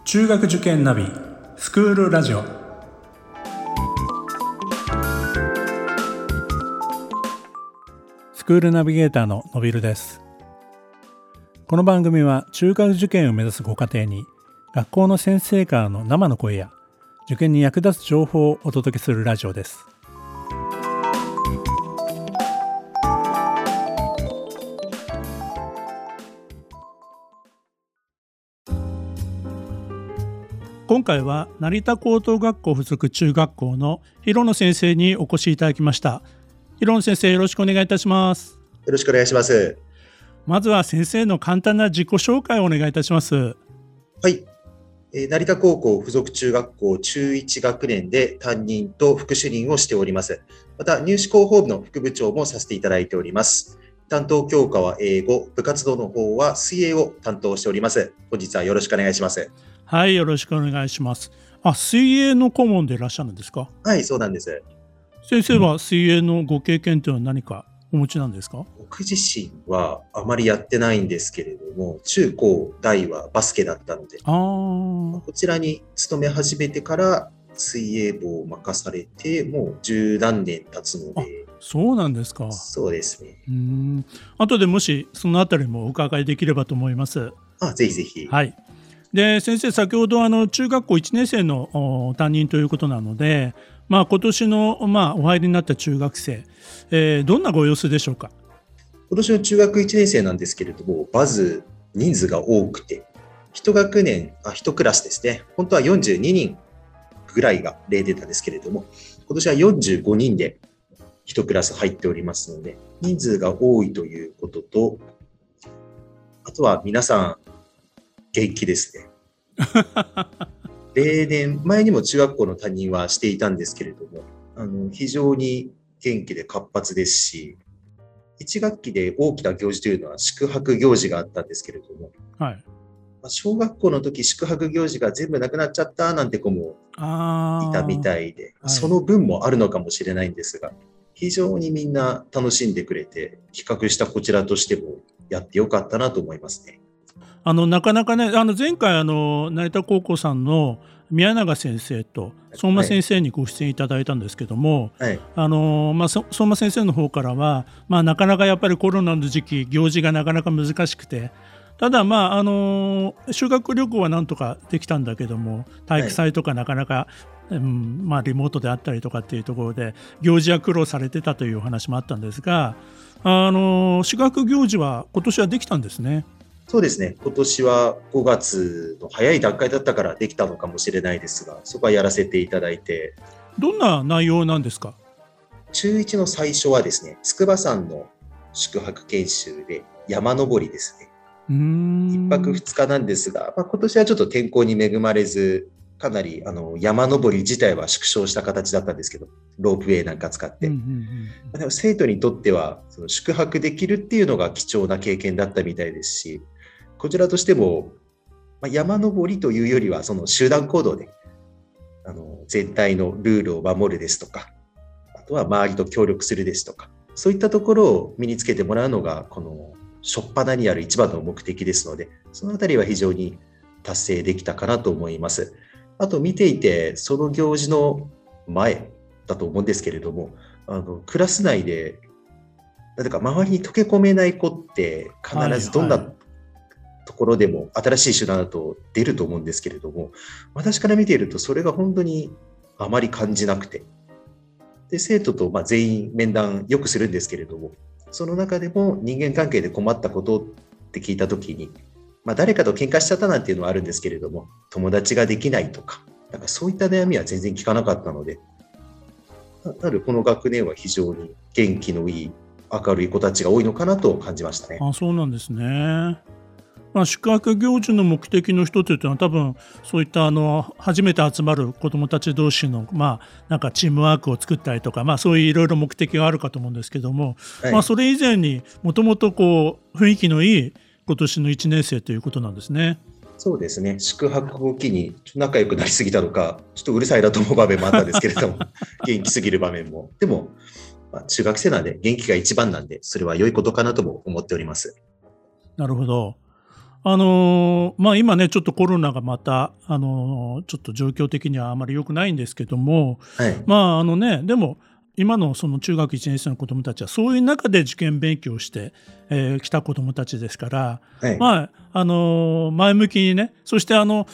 中学受験ナビスクールラジオ。スクールナビゲーターののびるです。この番組は中学受験を目指すご家庭に学校の先生からの生の声や受験に役立つ情報をお届けするラジオです。今回は成田高等学校附属中学校の広野先生にお越しいただきました。広野先生、よろしくお願いいたします。 よろしくお願いします。 まずは先生の簡単な自己紹介をお願いいたします。 はい、成田高校附属中学校中1学年で担任と副主任をしております。また入試広報部の副部長もさせていただいております。担当教科は英語、部活動の方は水泳を担当しております。本日はよろしくお願いします。 はい、よろしくお願いします。水泳の顧問でいらっしゃるんですか？ はい、そうなんです。 先生は水泳のご経験というのは何かお持ちなんですか？ 僕自身はあまりやってないんですけれども、中高大はバスケだったので、こちらに勤め始めてから水泳部を任されてもう十何年経つので。 そうなんですか。 そうですね。 後でもしそのあたりもお伺いできればと思います。 ぜひぜひ。 はい。で、先生、先ほど中学校1年生の担任ということなので、今年のお入りになった中学生、どんなご様子でしょうか？ 今年の中学1年生なんですけれども、まず人数が多くて、1クラスですね。本当は42人ぐらいが例出たんですけれども、今年は45人で1クラス入っておりますので、人数が多いということと、あとは皆さん元気ですね。例年、前にも中学校の担任はしていたんですけれども、非常に元気で活発ですし、1学期で大きな行事というのは宿泊行事があったんですけれども、 はい、 小学校の時宿泊行事が全部なくなっちゃったなんて子もいたみたいで、その分もあるのかもしれないんですが、非常にみんな楽しんでくれて、企画したこちらとしてもやってよかったなと思いますね。 なかなかね、前回成田高校さんの宮永先生と相馬先生にご出演いただいたんですけども、相馬先生の方からは、なかなかやっぱりコロナの時期行事がなかなか難しくて、ただ修学旅行はなんとかできたんだけども、体育祭とかなかなか、リモートであったりとかっていうところで行事は苦労されてたというお話もあったんですが、修学行事は今年はできたんですね。 そうですね。今年は5月の早い段階だったからできたのかもしれないですが、そこはやらせていただいて。 どんな内容なんですか？ 中1の最初はですね、筑波山の宿泊研修で山登りですね。1泊2日なんですが、今年はちょっと天候に恵まれず、かなり山登り自体は縮小した形だったんですけど、ロープウェイなんか使って。でも生徒にとってはその宿泊できるっていうのが貴重な経験だったみたいですし、こちらとしても、山登りというよりはその集団行動で全体のルールを守るですとか、あとは周りと協力するですとか、そういったところを身につけてもらうのがこの初っ端にある一番の目的ですので、そのあたりは非常に達成できたかなと思います。あと見ていて、その行事の前だと思うんですけれども、クラス内でなぜか周りに溶け込めない子って必ずどんなところでも新しい手段だと出ると思うんですけれども、私から見ているとそれが本当にあまり感じなくて、で生徒と全員面談よくするんですけれども、その中でも人間関係で困ったことって聞いたときに、誰かと喧嘩しちゃったなんていうのはあるんですけれども、友達ができないとか、そういった悩みは全然聞かなかったので、この学年は非常に元気のいい明るい子たちが多いのかなと感じましたね。 そうなんですね。宿泊行事の目的の一つというのは多分そういった初めて集まる子どもたち同士のなんかチームワークを作ったりとか、そういういろいろ目的があるかと思うんですけども、それ以前にもともと雰囲気のいい今年の1年生ということなんですね。 そうですね。宿泊を機に仲良くなりすぎたのか、ちょっとうるさいなと思う場面もあったんですけれども元気すぎる場面も。でも、中学生なんで元気が一番なんで、それは良いことかなとも思っております。 なるほど。 今ねちょっとコロナがまた、ちょっと状況的にはあまり良くないんですけども、 はい、 でも今のその中学1年生の子どもたちはそういう中で受験勉強してきた子どもたちですから、 はい、 前向きにね、そして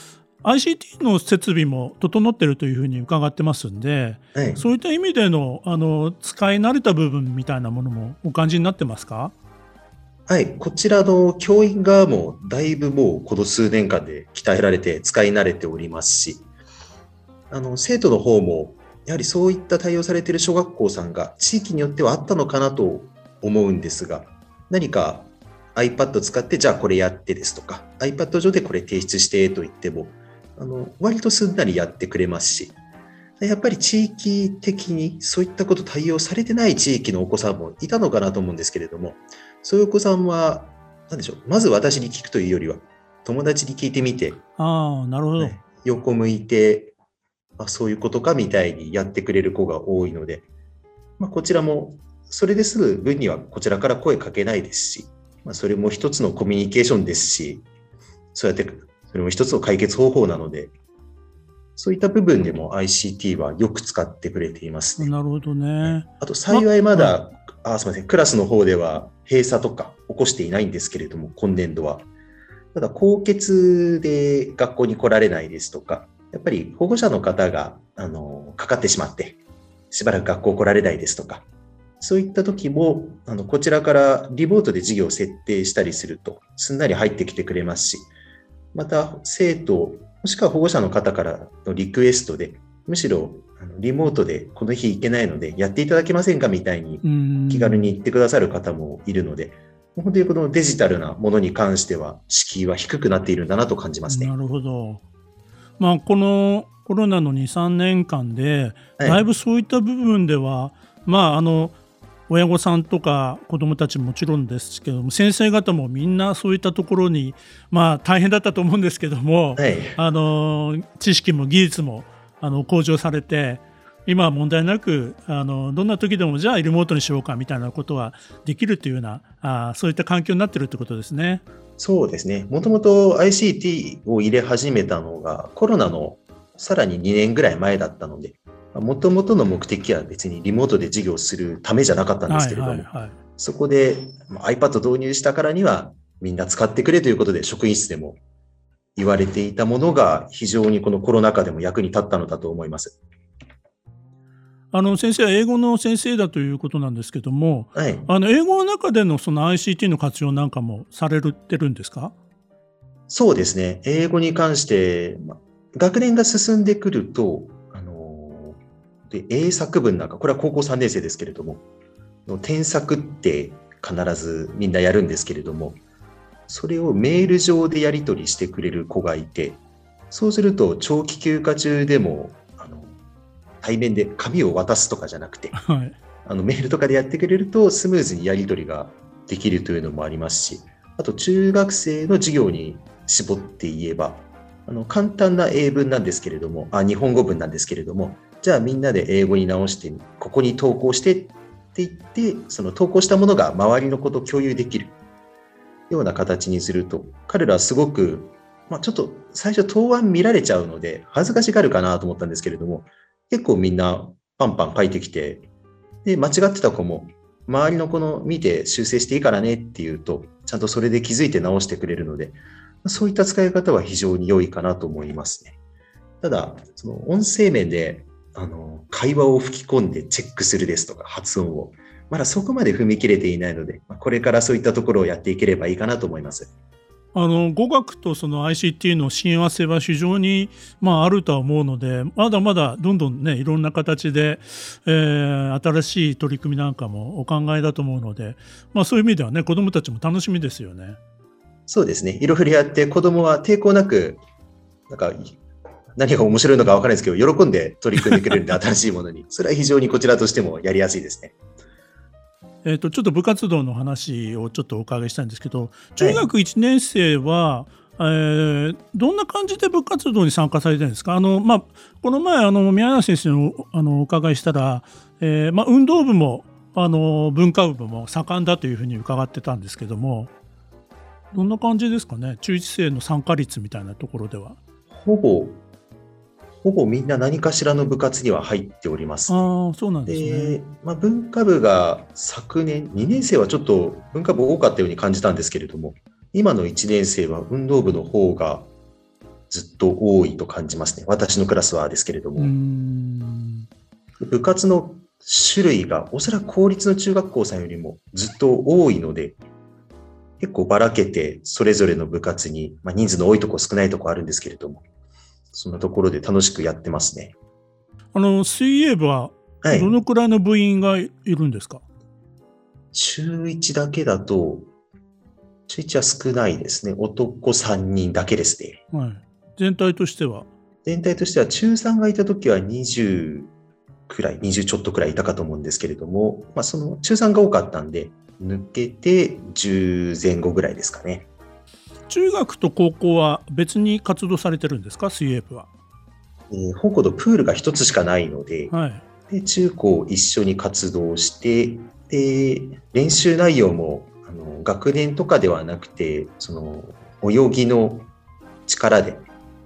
ICT の設備も整っているというふうに伺ってますんで、 はい、 そういった意味での、使い慣れた部分みたいなものもお感じになってますか？ はい、こちらの教員側もだいぶもうこの数年間で鍛えられて使い慣れておりますし、生徒の方もやはりそういった対応されている小学校さんが地域によってはあったのかなと思うんですが、何か iPad 使ってじゃあこれやってですとか iPad 上でこれ提出してと言っても割とすんなりやってくれますし、やっぱり地域的にそういったこと対応されてない地域のお子さんもいたのかなと思うんですけれども、そういうお子さんは何でしょう、まず私に聞くというよりは友達に聞いてみて、 なるほど、 横向いてそういうことかみたいにやってくれる子が多いので、こちらもそれですぐ分にはこちらから声かけないですし、それも一つのコミュニケーションですし、そうやってそれも一つの解決方法なので、そういった部分でも ICT はよく使ってくれていますね。 なるほどね。 あと幸いまだ、すみません、クラスの方では閉鎖とか起こしていないんですけれども、今年度は。ただ、高欠で学校に来られないですとか、やっぱり保護者の方がかかってしまって、しばらく学校来られないですとか、そういった時もこちらからリモートで授業を設定したりすると、すんなり入ってきてくれますし、また生徒、もしくは保護者の方からのリクエストで、むしろリモートでこの日行けないのでやっていただけませんかみたいに気軽に言ってくださる方もいるので、本当にこのデジタルなものに関しては敷居は低くなっているんだなと感じますね。 なるほど。このコロナの 2,3 年間でだいぶそういった部分では、親御さんとか子どもたちももちろんですけども、先生方もみんなそういったところに、大変だったと思うんですけども、知識も技術も向上されて、今は問題なくどんな時でもじゃあリモートにしようかみたいなことはできるというようなそういった環境になっているということですね。 そうですね。もともと ICT を入れ始めたのがコロナのさらに2年ぐらい前だったので、もともとの目的は別にリモートで授業するためじゃなかったんですけれども、そこで iPad 導入したからにはみんな使ってくれということで職員室でも言われていたものが非常にこのコロナ禍でも役に立ったのだと思います。 先生は英語の先生だということなんですけども、英語の中でのその ICT の活用なんかもされてるんですか？ そうですね。英語に関して、学年が進んでくると、英作文なんか、これは高校3年生ですけれども、添削って必ずみんなやるんですけれども、それをメール上でやり取りしてくれる子がいて、そうすると長期休暇中でも対面で紙を渡すとかじゃなくて、メールとかでやってくれるとスムーズにやり取りができるというのもありますし、あと中学生の授業に絞って言えば、簡単な英文なんですけれども、日本語文なんですけれども、じゃあみんなで英語に直して、ここに投稿してって言って、その投稿したものが周りのことを共有できるような形にすると、彼らはすごく、ちょっと最初答案見られちゃうので、恥ずかしがるかなと思ったんですけれども、結構みんなパンパン書いてきて、で、間違ってた子も、周りの子の見て修正していいからねって言うと、ちゃんとそれで気づいて直してくれるので、そういった使い方は非常に良いかなと思いますね。ただ、その音声面で、会話を吹き込んでチェックするですとか発音を、まだそこまで踏み切れていないので、これからそういったところをやっていければいいかなと思います。 語学とその ICT の親和性は非常に、あるとは思うので、まだまだどんどんねいろんな形で、新しい取り組みなんかもお考えだと思うので、そういう意味ではね子どもたちも楽しみですよね。 そうですね。いろいろやって子どもは抵抗なく何が面白いのか分からないですけど喜んで取り組んでくれるんで新しいものにそれは非常にこちらとしてもやりやすいですね。 ちょっと部活動の話をちょっとお伺いしたいんですけど、中学1年生は、どんな感じで部活動に参加されてるんですか？この前宮永先生にお伺いしたら、運動部も文化部も盛んだというふうに伺ってたんですけども。 どんな感じですかね、中1生の参加率みたいなところでは。 ほぼみんな何かしらの部活には入っておりますね。 ああ、そうなんですね。 文化部が昨年、2年生はちょっと文化部多かったように感じたんですけれども、今の1年生は運動部の方がずっと多いと感じますね。私のクラスはですけれども。部活の種類がおそらく公立の中学校さんよりもずっと多いので、結構ばらけてそれぞれの部活に、人数の多いとこ少ないとこあるんですけれども、そんなところで楽しくやってますね。 水泳部はどのくらいの部員がいるんですか？ 中1だけだと、中1は少ないですね。男3人だけですね。 全体としては中3がいた時は20ちょっとくらいいたかと思うんですけれども、その中3が多かったんで、抜けて10前後ぐらいですかね。 中学と高校は別に活動されてるんですか、水泳部は？ 本校とプールが一つしかないので、で中高一緒に活動して、で練習内容も学年とかではなくて、その泳ぎの力で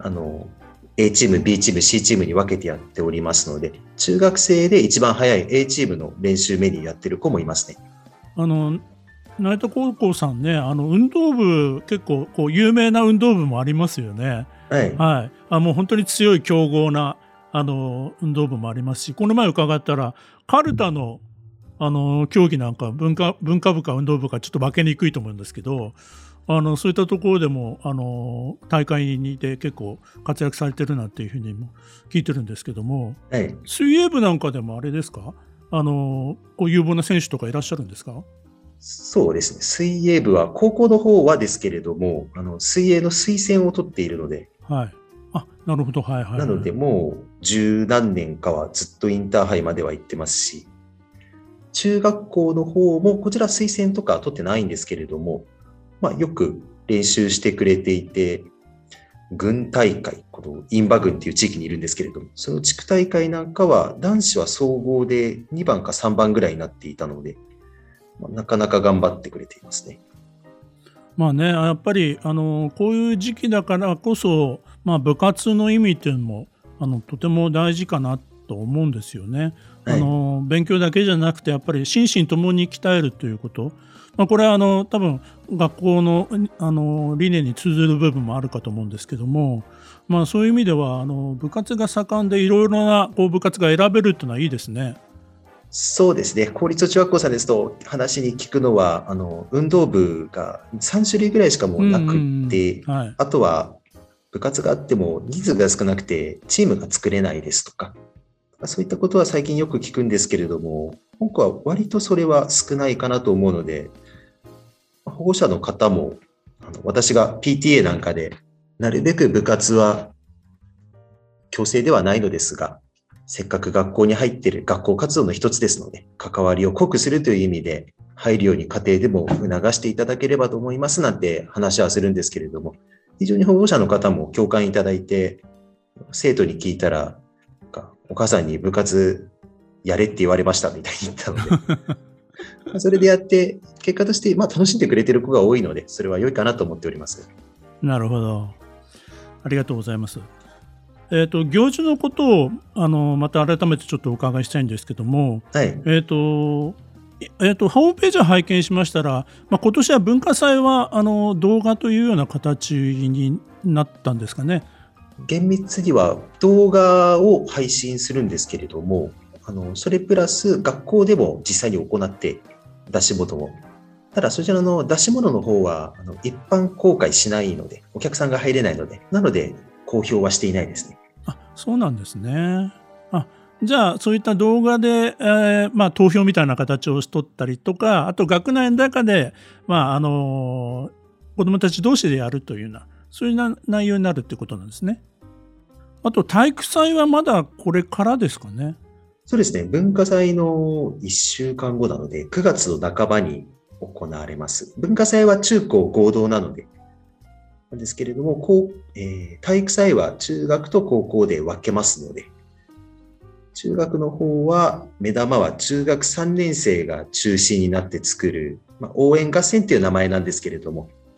A チーム、B チーム、C チームに分けてやっておりますので、中学生で一番早い A チームの練習メニューやってる子もいますね。 成田高校さんね、運動部結構有名な運動部もありますよね。もう本当に強い強豪な運動部もありますし、この前伺ったらカルタの競技なんか文化部か運動部かちょっと分けにくいと思うんですけど、そういったところでも大会にで結構活躍されてるなんていうふうにも聞いてるんですけども、水泳部なんかでもあれですか、有望な選手とかいらっしゃるんですか？ そうですね。水泳部は高校の方はですけれども、水泳の推薦を取っているので、 なるほど、 なのでもう十何年かはずっとインターハイまでは行ってますし、中学校の方もこちら推薦とか取ってないんですけれども、よく練習してくれていて、郡大会、この印旛郡っていう地域にいるんですけれども、その地区大会なんかは男子は総合で2番か3番ぐらいになっていたので、なかなか頑張ってくれていますね。 やっぱりこういう時期だからこそ、部活の意味っていうのもとても大事かなと思うんですよね。勉強だけじゃなくてやっぱり心身ともに鍛えるということ、これは多分学校の理念に通ずる部分もあるかと思うんですけども、そういう意味では部活が盛んでいろいろな部活が選べるというのはいいですね。 そうですね。公立の中学校さんですと話に聞くのは運動部が3種類ぐらいしかもうなくって、あとは部活があっても人数が少なくてチームが作れないですとか、そういったことは最近よく聞くんですけれども、本校は割とそれは少ないかなと思うので、保護者の方も私が PTA なんかでなるべく部活は強制ではないのですが、せっかく学校に入っている学校活動の一つですので、関わりを濃くするという意味で入るように家庭でも促していただければと思いますなんて話はするんですけれども、非常に保護者の方も共感いただいて、生徒に聞いたらお母さんに部活やれって言われましたみたいに言ったのでそれでやって結果として楽しんでくれてる子が多いので、それは良いかなと思っております。 なるほど、ありがとうございます。行事のことをまた改めてちょっとお伺いしたいんですけども、ホームページを拝見しましたら、今年は文化祭は動画というような形になったんですかね。 厳密には動画を配信するんですけれども、それプラス学校でも実際に行って出し物を、ただそちらの出し物の方は一般公開しないので、お客さんが入れないので、なので公表はしていないですね。 そうなんですね。じゃあそういった動画で、投票みたいな形をしとったりとか、あと学内の中で、子どもたち同士でやるというような、そういう内容になるということなんですね。あと体育祭はまだこれからですかね。 そうですね。文化祭の1週間後なので、9月の半ばに行われます。文化祭は中高合同なので、なんですけれども、体育祭は中学と高校で分けますので、中学の方は目玉は中学3年生が中心になって作る、応援合戦っていう名前なんですけれども、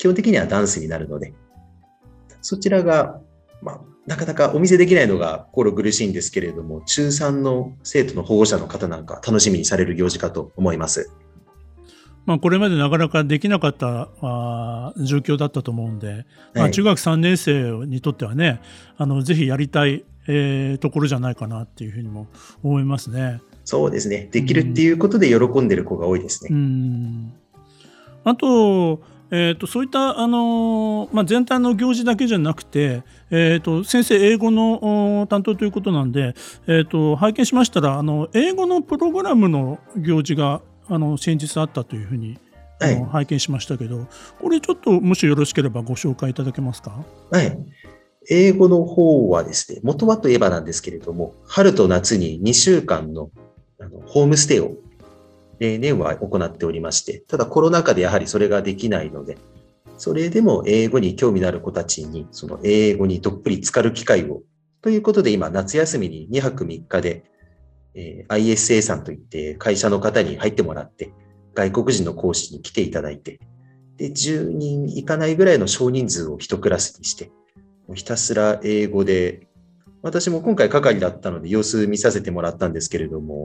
基本的にはダンスになるので、そちらが、なかなかお見せできないのが心苦しいんですけれども、中3の生徒の保護者の方なんか楽しみにされる行事かと思います。 これまでなかなかできなかった状況だったと思うんで、中学3年生にとってはね、ぜひやりたい、ところじゃないかなっていうふうにも思いますね。 そうですね。できるっていうことで喜んでる子が多いですね。 あと、そういった、全体の行事だけじゃなくて、先生英語の担当ということなんで、拝見しましたら英語のプログラムの行事が先日あったというふうに拝見しましたけど、これちょっともしよろしければご紹介いただけますか？ はい。英語の方はですね、元はといえばなんですけれども、春と夏に2週間のホームステイを例年は行っておりまして、ただコロナ禍でやはりそれができないので、それでも英語に興味のある子たちに、その英語にどっぷり浸かる機会を、ということで今夏休みに2泊3日で、ISA さんといって会社の方に入ってもらって、外国人の講師に来ていただいて、で、10人いかないぐらいの少人数を1クラスにして、ひたすら英語で、私も今回係だったので様子見させてもらったんですけれども、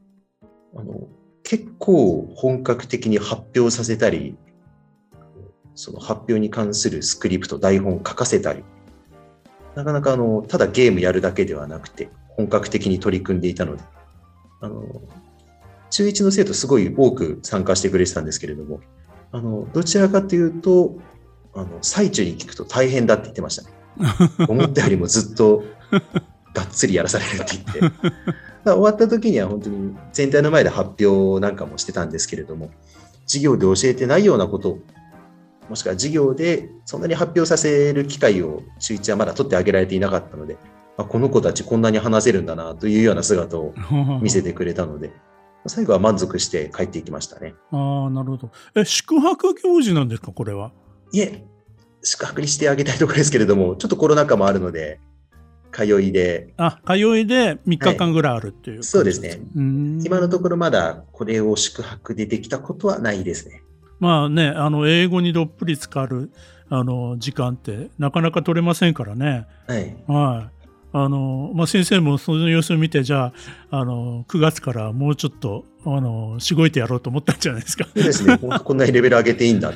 結構本格的に発表させたり、その発表に関するスクリプト、台本書かせたり、なかなかただゲームやるだけではなくて、本格的に取り組んでいたので、中1の生徒すごい多く参加してくれてたんですけれども、どちらかというと、最中に聞くと大変だって言ってましたね。思ったよりもずっとがっつりやらされるって言って。終わった時には本当に全体の前で発表なんかもしてたんですけれども、授業で教えてないようなことを、もしくは授業でそんなに発表させる機会を中1はまだ取ってあげられていなかったので、この子たちこんなに話せるんだなというような姿を見せてくれたので、最後は満足して帰っていきましたね。 なるほど。宿泊行事なんですか、これは？ いえ、宿泊にしてあげたいところですけれども、ちょっとコロナ禍もあるので、通いで 3日間ぐらいあるっていう、 そうですね。今のところまだこれを宿泊でできたことはないですね。 英語にどっぷり浸かる時間ってなかなか取れませんからね。先生もその様子を見て、じゃあ、9月からもうちょっとしごいてやろうと思ったんじゃないですか。 そうですね。こんなにレベル上げていいんだって。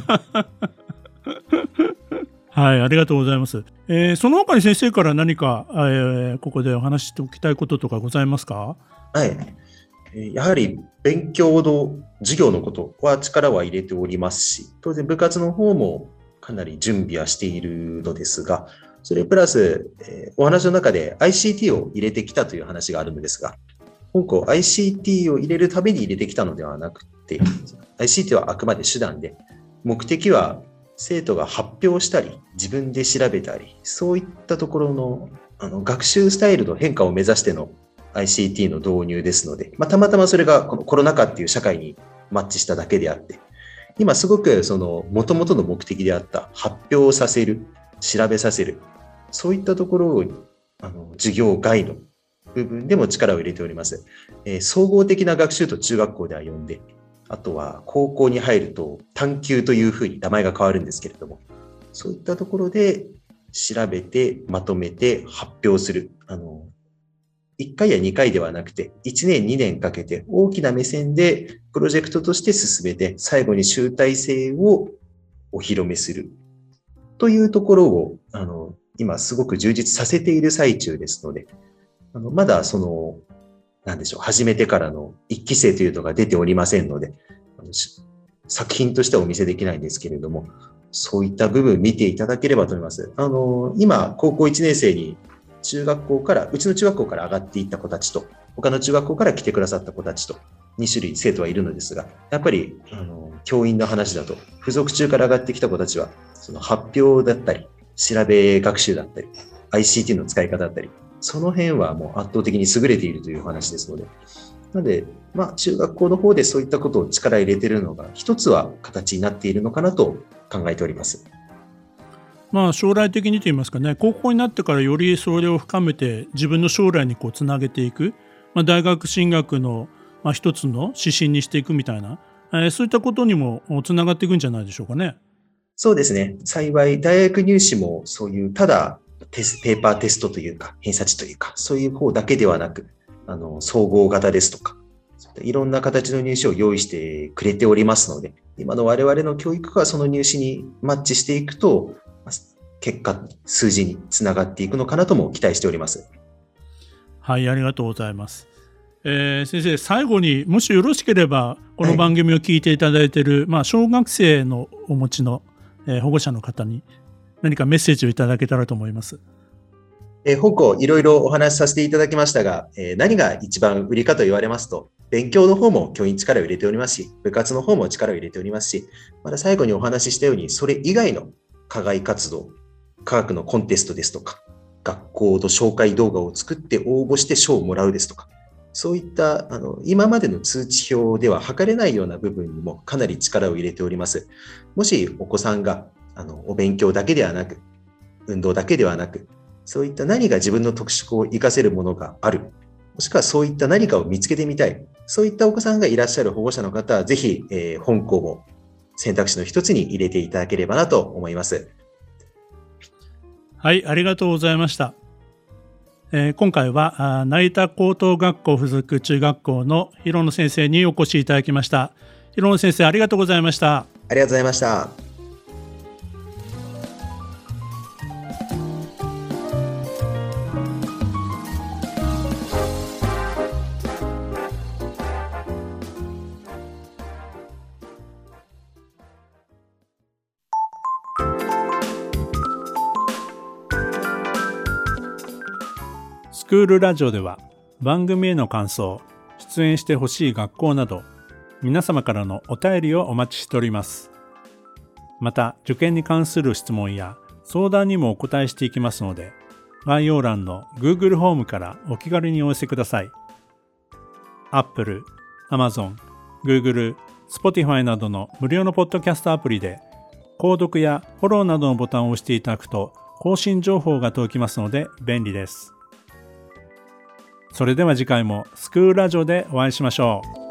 はい、ありがとうございます。その他に先生から何か、ここでお話ししておきたいこととかございますか？ はい。やはり勉強の授業のことは力は入れておりますし、当然部活の方もかなり準備はしているのですが、それプラス、お話の中で ICT を入れてきたという話があるのですが、今後 ICT を入れるために入れてきたのではなくて、ICT はあくまで手段で、目的は生徒が発表したり、自分で調べたり、そういったところの、学習スタイルの変化を目指しての ICT の導入ですので、たまたまそれがこのコロナ禍っていう社会にマッチしただけであって、今すごくその元々の目的であった発表させる、調べさせる、そういったところを授業外の部分でも力を入れております。総合的な学習と中学校では呼んで、あとは高校に入ると探究というふうに名前が変わるんですけれども、そういったところで調べてまとめて発表する。1回や2回ではなくて1年2年かけて大きな目線でプロジェクトとして進めて最後に集大成をお披露目するというところを今すごく充実させている最中ですので、まだ始めてからの1期生というのが出ておりませんので、作品としてはお見せできないんですけれども、そういった部分見ていただければと思います。今、高校1年生にうちの中学校から上がっていった子たちと、他の中学校から来てくださった子たちと、2種類生徒はいるのですが、やっぱり、教員の話だと、付属中から上がってきた子たちは、その発表だったり、調べ学習だったり、ICT の使い方だったり、その辺はもう圧倒的に優れているという話ですので、なので、中学校の方でそういったことを力入れているのが、一つは形になっているのかなと考えております。 将来的にといいますかね、高校になってからよりそれを深めて自分の将来につなげていく、大学進学の一つの指針にしていくみたいな、そういったことにもつながっていくんじゃないでしょうかね。 そうですね。幸い、大学入試もそういう、ただペーパーテストというか、偏差値というか、そういう方だけではなく、総合型ですとか、いろんな形の入試を用意してくれておりますので、今の我々の教育がその入試にマッチしていくと、結果、数字につながっていくのかなとも期待しております。 はい、ありがとうございます。先生、最後にもしよろしければこの番組を聞いていただいている、小学生のお持ちの、保護者の方に何かメッセージをいただけたらと思います。 本校いろいろお話しさせていただきましたが、何が一番売りかと言われますと、勉強の方も教員力を入れておりますし、部活の方も力を入れておりますし、また最後にお話ししたように、それ以外の課外活動、科学のコンテストですとか、学校の紹介動画を作って応募して賞をもらうですとか、そういった今までの通知表では測れないような部分にもかなり力を入れております。もしお子さんがお勉強だけではなく、運動だけではなく、そういった何が自分の特色を活かせるものがある、もしくはそういった何かを見つけてみたい、そういったお子さんがいらっしゃる保護者の方は、ぜひ、本校も選択肢の一つに入れていただければなと思います。 はい、ありがとうございました。今回は成田高等学校附属中学校の広野先生にお越しいただきました。広野先生、ありがとうございました。 ありがとうございました。 スクールラジオでは番組への感想、出演してほしい学校など皆様からのお便りをお待ちしております。また受験に関する質問や相談にもお答えしていきますので、概要欄の Google ホームからお気軽にお寄せください。Apple、Amazon、Google、Spotify などの無料のポッドキャストアプリで購読やフォローなどのボタンを押していただくと更新情報が届きますので便利です。それでは次回もスクールラジオでお会いしましょう。